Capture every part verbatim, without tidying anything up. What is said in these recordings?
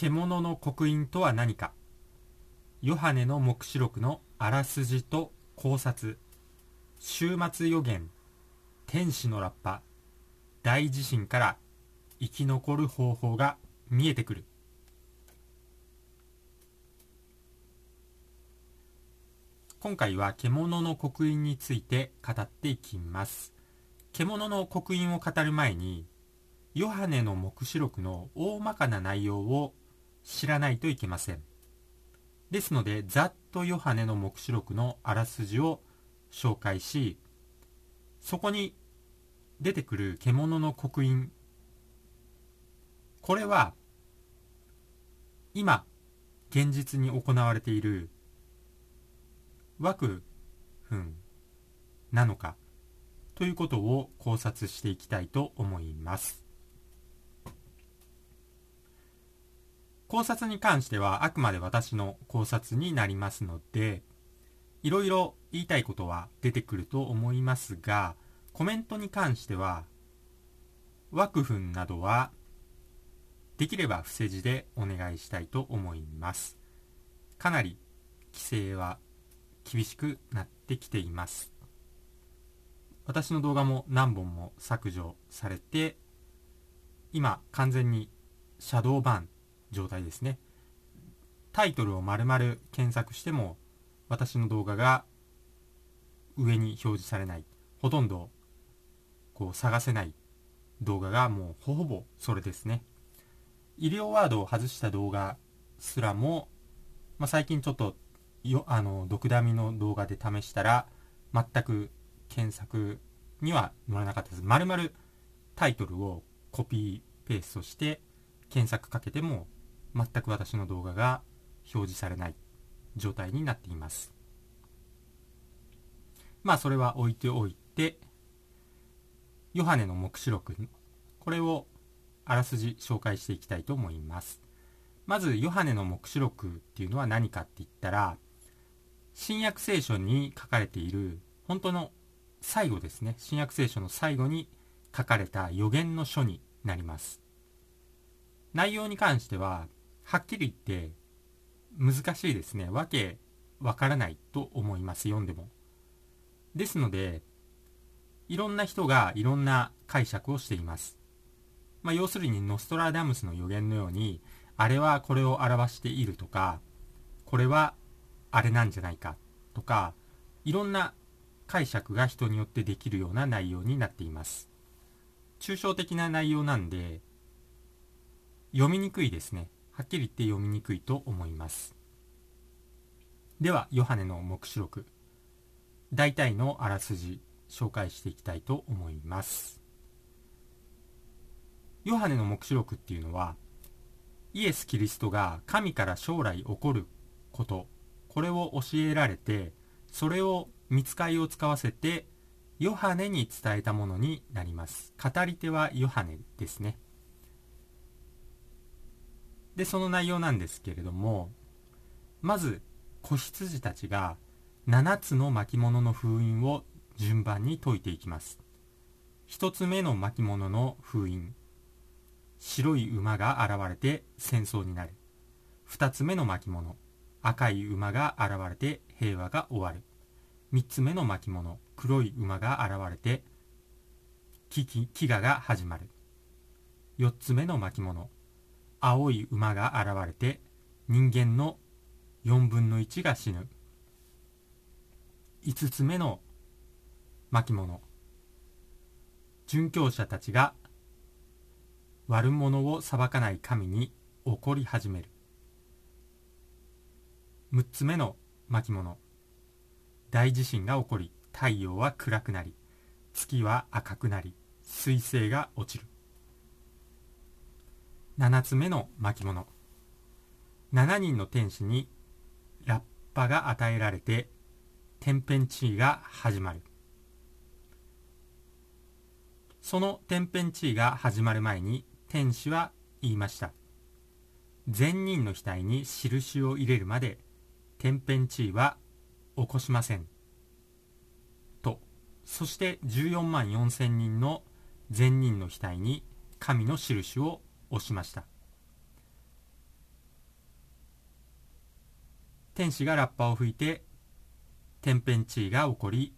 獣の刻印とは何か。ヨハネの黙示録のあらすじと考察。終末予言。天使のラッパ。大地震から生き残る方法が見えてくる。今回は獣の刻印について語っていきます。獣の刻印を語る前に、ヨハネの黙示録の大まかな内容を知らないといけません。ですので、ざっとヨハネの黙示録のあらすじを紹介し、そこに出てくる獣の刻印、これは今現実に行われている枠分なのかということを考察していきたいと思います。考察に関してはあくまで私の考察になりますので、いろいろ言いたいことは出てくると思いますが、コメントに関しては枠分などはできれば伏せ字でお願いしたいと思います。かなり規制は厳しくなってきています。私の動画も何本も削除されて、今完全にシャドーバン状態ですね。タイトルを丸々検索しても私の動画が上に表示されない、ほとんどこう探せない動画がもうほぼそれですね。医療ワードを外した動画すらも、まあ、最近ちょっとよあの毒ダミの動画で試したら全く検索には載らなかったです。丸々タイトルをコピーペーストして検索かけても全く私の動画が表示されない状態になっています。まあそれは置いておいて、ヨハネの黙示録、これをあらすじ紹介していきたいと思います。まずヨハネの黙示録っていうのは何かって言ったら、新約聖書に書かれている本当の最後ですね。新約聖書の最後に書かれた預言の書になります。内容に関してははっきり言って難しいですね。わけわからないと思います。読んでも。ですので、いろんな人がいろんな解釈をしています。まあ、要するにノストラダムスの預言のように、あれはこれを表しているとか、これはあれなんじゃないかとか、いろんな解釈が人によってできるような内容になっています。抽象的な内容なんで読みにくいですね。はっきり言って読みにくいと思います。ではヨハネの黙示録、大体のあらすじ紹介していきたいと思います。ヨハネの黙示録っていうのは、イエス・キリストが神から将来起こること、これを教えられて、それを御使いを使わせてヨハネに伝えたものになります。語り手はヨハネですね。で、その内容なんですけれども、まず子羊たちがななつの巻物の封印を順番に解いていきます。ひとつめの巻物の封印、白い馬が現れて戦争になる。ふたつめの巻物、赤い馬が現れて平和が終わる。みっつめの巻物、黒い馬が現れて飢饉が始まる。よっつめの巻物、青い馬が現れて人間のよんぶんのいちが死ぬ。いつつめの巻物、殉教者たちが悪者を裁かない神に怒り始める。むっつめの巻物、大地震が起こり、太陽は暗くなり、月は赤くなり、彗星が落ちる。ななつめの巻物、ななにんの天使にラッパが与えられて天変地異が始まる。その天変地異が始まる前に天使は言いました。善人の額に印を入れるまで天変地異は起こしませんと。そしてじゅうよんまんよんせんにんの善人の額に神の印を押しました。 天使がラッパを吹いて天変地異が起こり、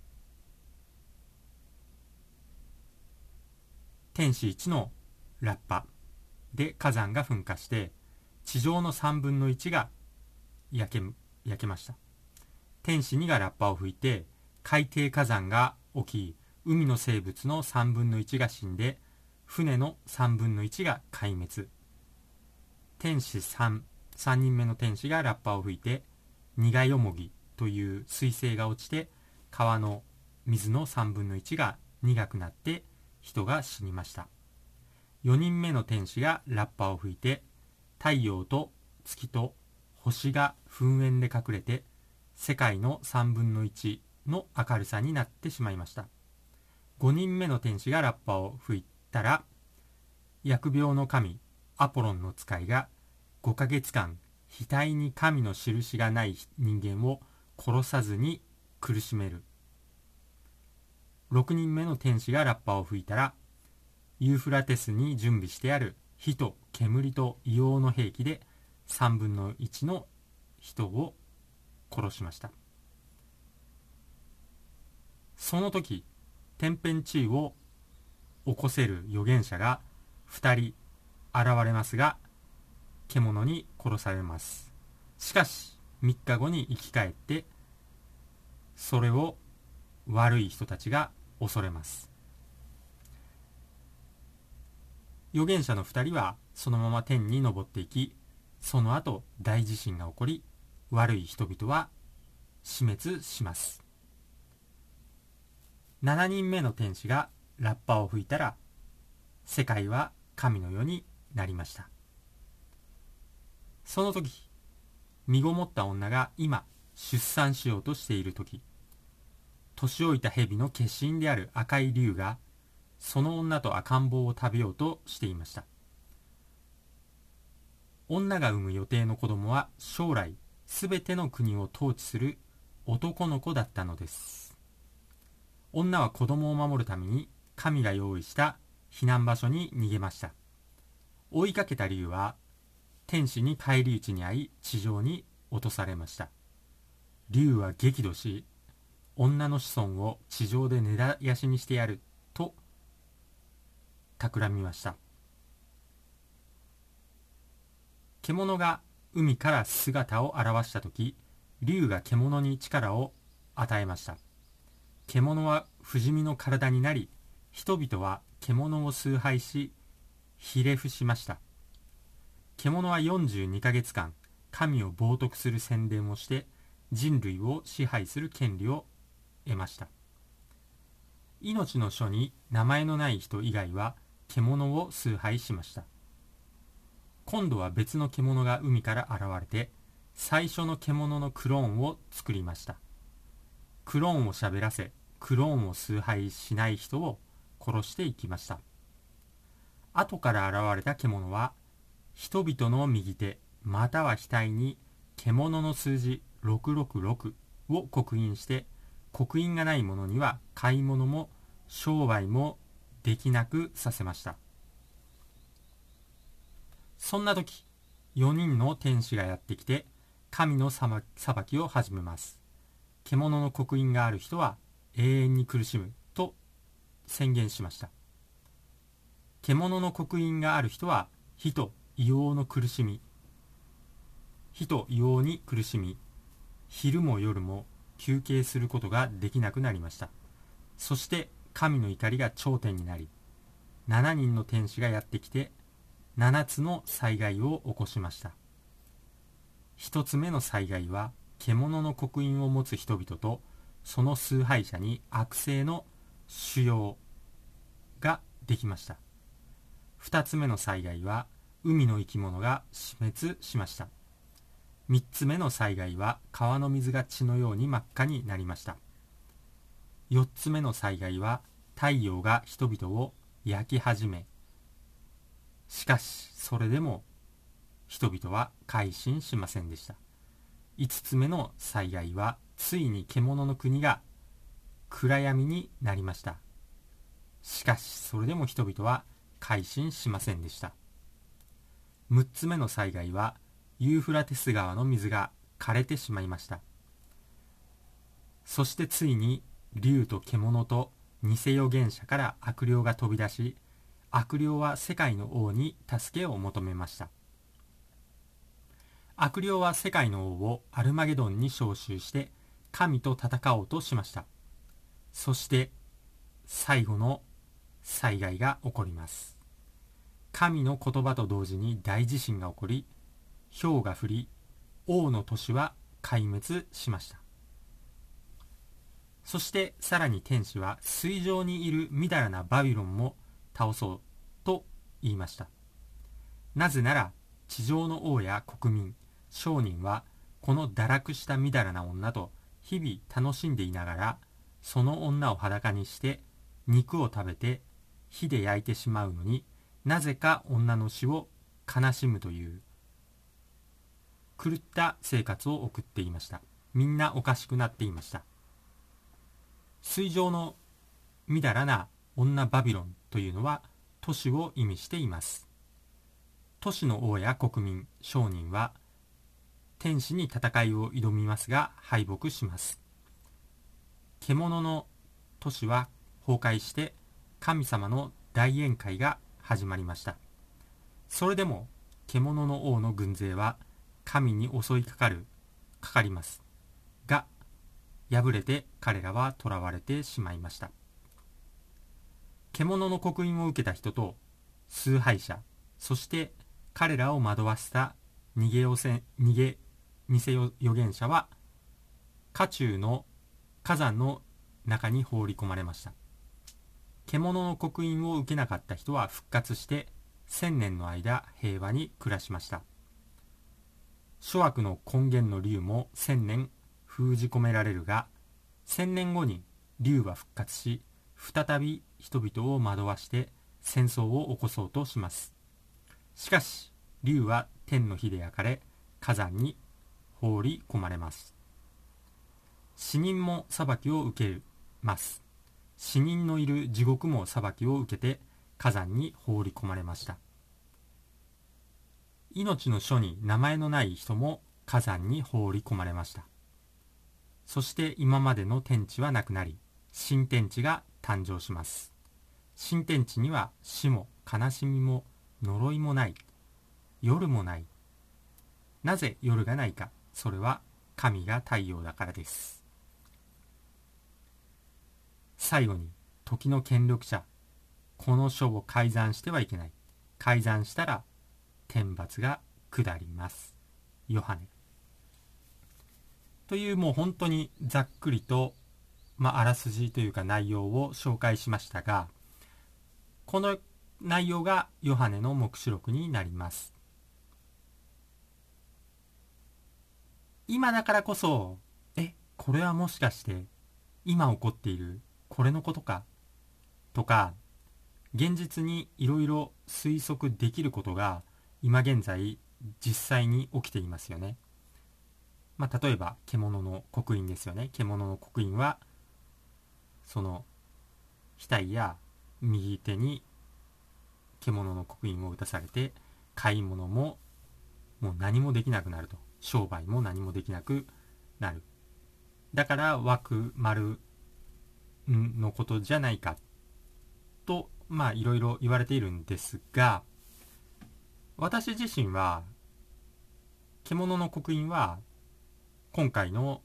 天使いちのラッパで火山が噴火して地上のさんぶんのいちが焼け、焼けました。天使にがラッパを吹いて海底火山が起き、海の生物のさんぶんのいちが死んで船のさんぶんのいちが壊滅。天使さん、さんにんめの天使がラッパを吹いて苦よもぎという彗星が落ちて川の水のさんぶんのいちが苦くなって人が死にました。よにんめの天使がラッパを吹いて太陽と月と星が噴煙で隠れて世界のさんぶんのいちの明るさになってしまいました。ごにんめの天使がラッパを吹いたら疫病の神アポロンの使いがごかげつかん額に神の印がない人間を殺さずに苦しめる。ろくにんめの天使がラッパを吹いたらユーフラテスに準備してある火と煙と硫黄の兵器でさんぶんのいちの人を殺しました。その時天変地異を起こせる預言者がふたり現れますが獣に殺されます。しかしみっかごに生き返ってそれを悪い人たちが恐れます。預言者のふたりはそのまま天に昇っていき、その後大地震が起こり悪い人々は死滅します。しちにんめの天使がラッパを吹いたら世界は神の世になりました。その時身ごもった女が今出産しようとしている時、年老いた蛇の化身である赤い竜がその女と赤ん坊を食べようとしていました。女が産む予定の子供は将来すべての国を統治する男の子だったのです。女は子供を守るために神が用意した避難場所に逃げました。追いかけた竜は天使に返り討ちに遭い地上に落とされました。竜は激怒し、女の子孫を地上で根絶やしにしてやると企みました。獣が海から姿を現したとき、竜が獣に力を与えました。獣は不死身の体になり、人々は獣を崇拝し、ひれ伏しました。獣はよんじゅうにかげつかん、神を冒涜する宣伝をして、人類を支配する権利を得ました。命の書に名前のない人以外は獣を崇拝しました。今度は別の獣が海から現れて、最初の獣のクローンを作りました。クローンを喋らせ、クローンを崇拝しない人を殺していきました。後から現れた獣は、人々の右手、または額に獣の数字ろくろくろくを刻印して、刻印がない者には買い物も商売もできなくさせました。そんな時、よにんの天使がやってきて、神の裁きを始めます。獣の刻印がある人は永遠に苦しむと宣言しました。獣の刻印がある人は火と硫黄の苦しみ、火と硫黄に苦しみ、昼も夜も休憩することができなくなりました。そして神の怒りが頂点になり、しちにんの天使がやってきて、ななつの災害を起こしました。ひとつめの災害は、獣の刻印を持つ人々と、その崇拝者に悪性の腫瘍ができました。ふたつめの災害は、海の生き物が死滅しました。みっつめの災害は、川の水が血のように真っ赤になりました。よっつめの災害は、太陽が人々を焼き始め、しかしそれでも人々は改心しませんでした。いつつめの災害は、ついに獣の国が暗闇になりました。しかしそれでも人々は改心しませんでした。むっつめの災害は、ユーフラテス川の水が枯れてしまいました。そしてついに竜と獣と偽預言者から悪霊が飛び出し、悪霊は世界の王に助けを求めました。悪霊は世界の王をアルマゲドンに召集して神と戦おうとしました。そして最後の災害が起こります。神の言葉と同時に大地震が起こり、雹が降り、王の都市は壊滅しました。そしてさらに天使は水上にいるみだらなバビロンも倒そうと言いました。なぜなら地上の王や国民、商人はこの堕落したみだらな女と日々楽しんでいながら、その女を裸にして肉を食べて火で焼いてしまうのに、なぜか女の死を悲しむという狂った生活を送っていました。みんなおかしくなっていました。水上のみだらな女バビロンというのは都市を意味しています。都市の王や国民、商人は天使に戦いを挑みますが敗北します。獣の都市は崩壊して神様の大宴会が始まりました。それでも獣の王の軍勢は神に襲いかかるかかりますが、敗れて彼らは囚われてしまいました。獣の刻印を受けた人と崇拝者、そして彼らを惑わせた逃げよせ逃げ偽預言者は火中の火山の中に放り込まれました。獣の刻印を受けなかった人は復活して千年の間平和に暮らしました。諸悪の根源の竜も千年封じ込められるが、千年後に竜は復活し、再び人々を惑わして戦争を起こそうとします。しかし竜は天の火で焼かれ、火山に放り込まれます。死人も裁きを受けます。死人のいる地獄も裁きを受けて火山に放り込まれました。命の書に名前のない人も火山に放り込まれました。そして今までの天地はなくなり、新天地が誕生します。新天地には死も悲しみも呪いもない、夜もない。なぜ夜がないか、それは神が太陽だからです。最後に、時の権力者、この書を改ざんしてはいけない。改ざんしたら天罰が下ります。ヨハネ。というもう本当にざっくりと、まあ、あらすじというか内容を紹介しましたが、この内容がヨハネの黙示録になります。今だからこそ、え、これはもしかして今起こっているこれのことかとか、現実にいろいろ推測できることが今現在実際に起きていますよね。まあ、例えば獣の刻印ですよね。獣の刻印はその額や右手に獣の刻印を打たされて、買い物ももう何もできなくなると、商売も何もできなくなる。だから枠丸のことじゃないかと、まあいろいろ言われているんですが、私自身は獣の刻印は今回の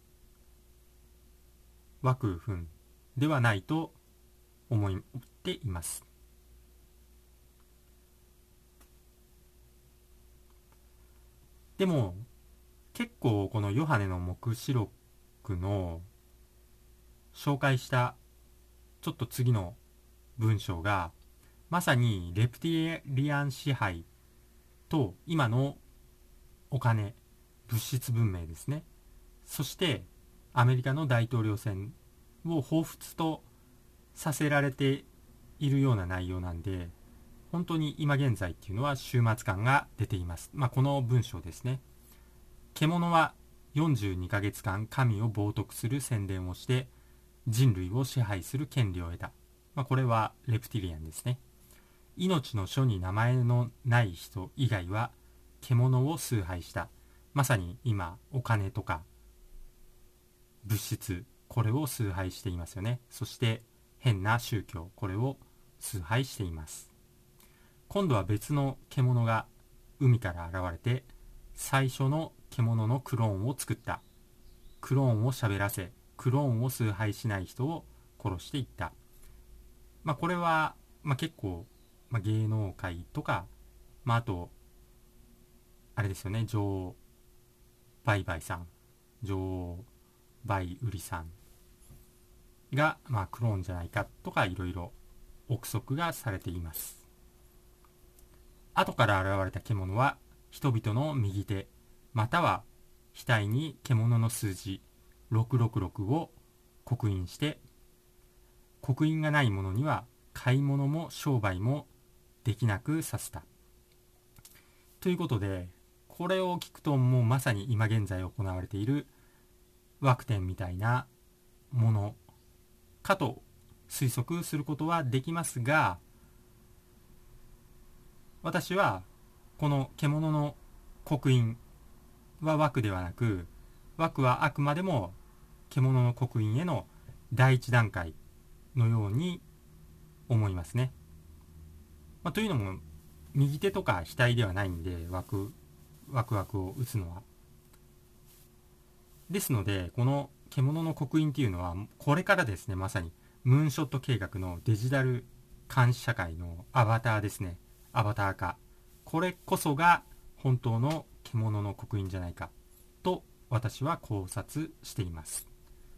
枠分ではないと思っています。でも結構このヨハネの黙示録の紹介したちょっと次の文章がまさにレプティリアン支配と今のお金、物質文明ですね、そしてアメリカの大統領選を彷彿とさせられているような内容なんで、本当に今現在っていうのは終末感が出ています。まあ、この文章ですね。獣はよんじゅうにかげつかん神を冒涜する宣伝をして人類を支配する権利を得た。まあ、これはレプティリアンですね。命の書に名前のない人以外は獣を崇拝した。 まさに今お金とか物質、これを崇拝していますよね。そして変な宗教、これを崇拝しています。今度は別の獣が海から現れて、最初の獣のクローンを作った。クローンを喋らせ、クローンを崇拝しない人を殺していった。まあこれは、まあ、結構、まあ、芸能界とか、まああとあれですよね、女売買さん、女売売さんが、まあ、クローンじゃないかとかいろいろ憶測がされています。後から現れた獣は人々の右手または額に獣の数字ろくろくろくを刻印して、刻印がないものには買い物も商売もできなくさせたということで、これを聞くともうまさに今現在行われているワクテンみたいなものかと推測することはできますが、私はこの獣の刻印は枠ではなく、枠はあくまでも獣の刻印への第一段階のように思いますね。まあ、というのも右手とか額ではないんで、枠ワクワクを打つのは。ですのでこの獣の刻印っていうのはこれからですね、まさにムーンショット計画のデジタル監視社会のアバターですね、アバター化、これこそが本当の獣の刻印じゃないかと私は考察しています。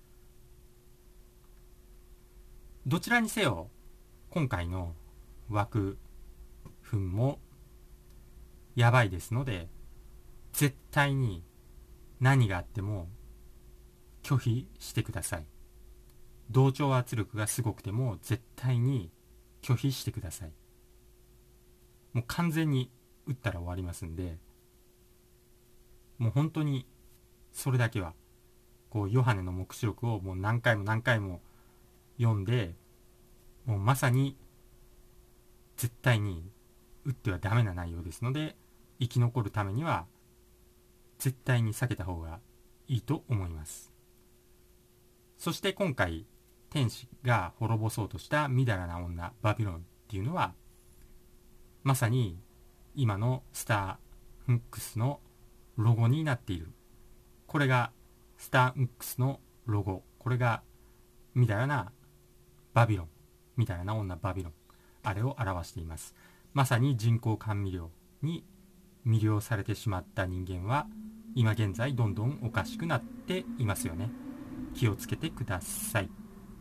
どちらにせよ今回の枠粉もやばいですので、絶対に何があっても拒否してください。同調圧力がすごくても絶対に拒否してください。もう完全に打ったら終わりますんで、もう本当にそれだけはこうヨハネの黙示録をもう何回も何回も読んで、もうまさに絶対に打ってはダメな内容ですので、生き残るためには絶対に避けた方がいいと思います。そして今回天使が滅ぼそうとしたみだらな女バビロンっていうのは、まさに今のスターフンクスのロゴになっている。これがスターフンクスのロゴ、これがみだらなバビロン、みだらな女バビロン、あれを表しています。まさに人工甘味料に魅了されてしまった人間は今現在どんどんおかしくなっていますよね。気をつけてください。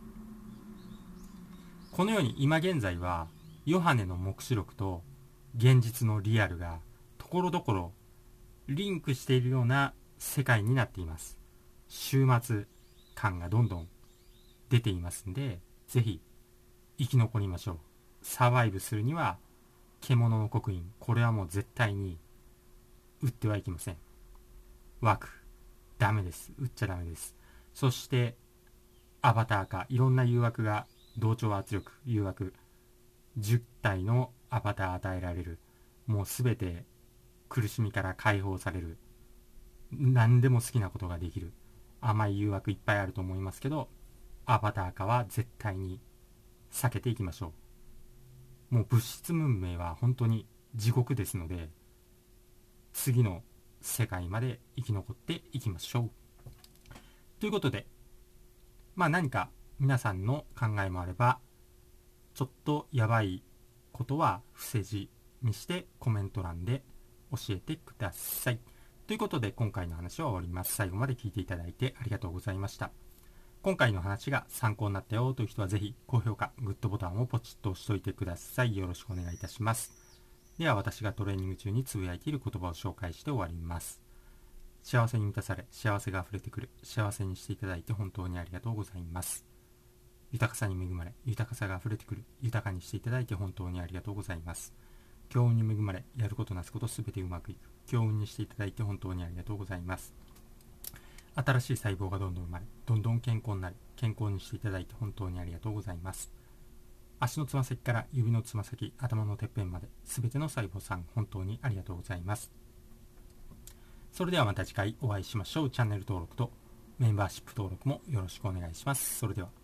このように今現在はヨハネの黙示録と現実のリアルがところどころリンクしているような世界になっています。終末感がどんどん出ていますんで、ぜひ生き残りましょう。サバイブするには獣の刻印、これはもう絶対に打ってはいけません。枠ダメです。打っちゃダメです。そしてアバター化、いろんな誘惑が、同調圧力誘惑、じゅったいのアバター与えられる、もうすべて苦しみから解放される、何でも好きなことができる、甘い誘惑いっぱいあると思いますけど、アバター化は絶対に避けていきましょう。もう物質文明は本当に地獄ですので、次の世界まで生き残っていきましょう。ということで、まあ何か皆さんの考えもあれば、ちょっとやばいことは伏せ字にしてコメント欄で教えてください。ということで今回の話は終わります。最後まで聞いていただいてありがとうございました。今回の話が参考になったよという人はぜひ高評価、グッドボタンをポチッと押しておいてください。よろしくお願いいたします。では私がトレーニング中につぶやいている言葉を紹介して終わります。幸せに満たされ、幸せが溢れてくる、幸せにしていただいて本当にありがとうございます。豊かさに恵まれ、豊かさが溢れてくる、豊かにしていただいて本当にありがとうございます。強運に恵まれ、やることなすことすべてうまくいく、強運にしていただいて本当にありがとうございます。新しい細胞がどんどん生まれ、どんどん健康になり、健康にしていただいて本当にありがとうございます。足のつま先から指のつま先、頭のてっぺんまで、すべての細胞さん本当にありがとうございます。 それではまた次回お会いしましょう。チャンネル登録とメンバーシップ登録もよろしくお願いします。それでは。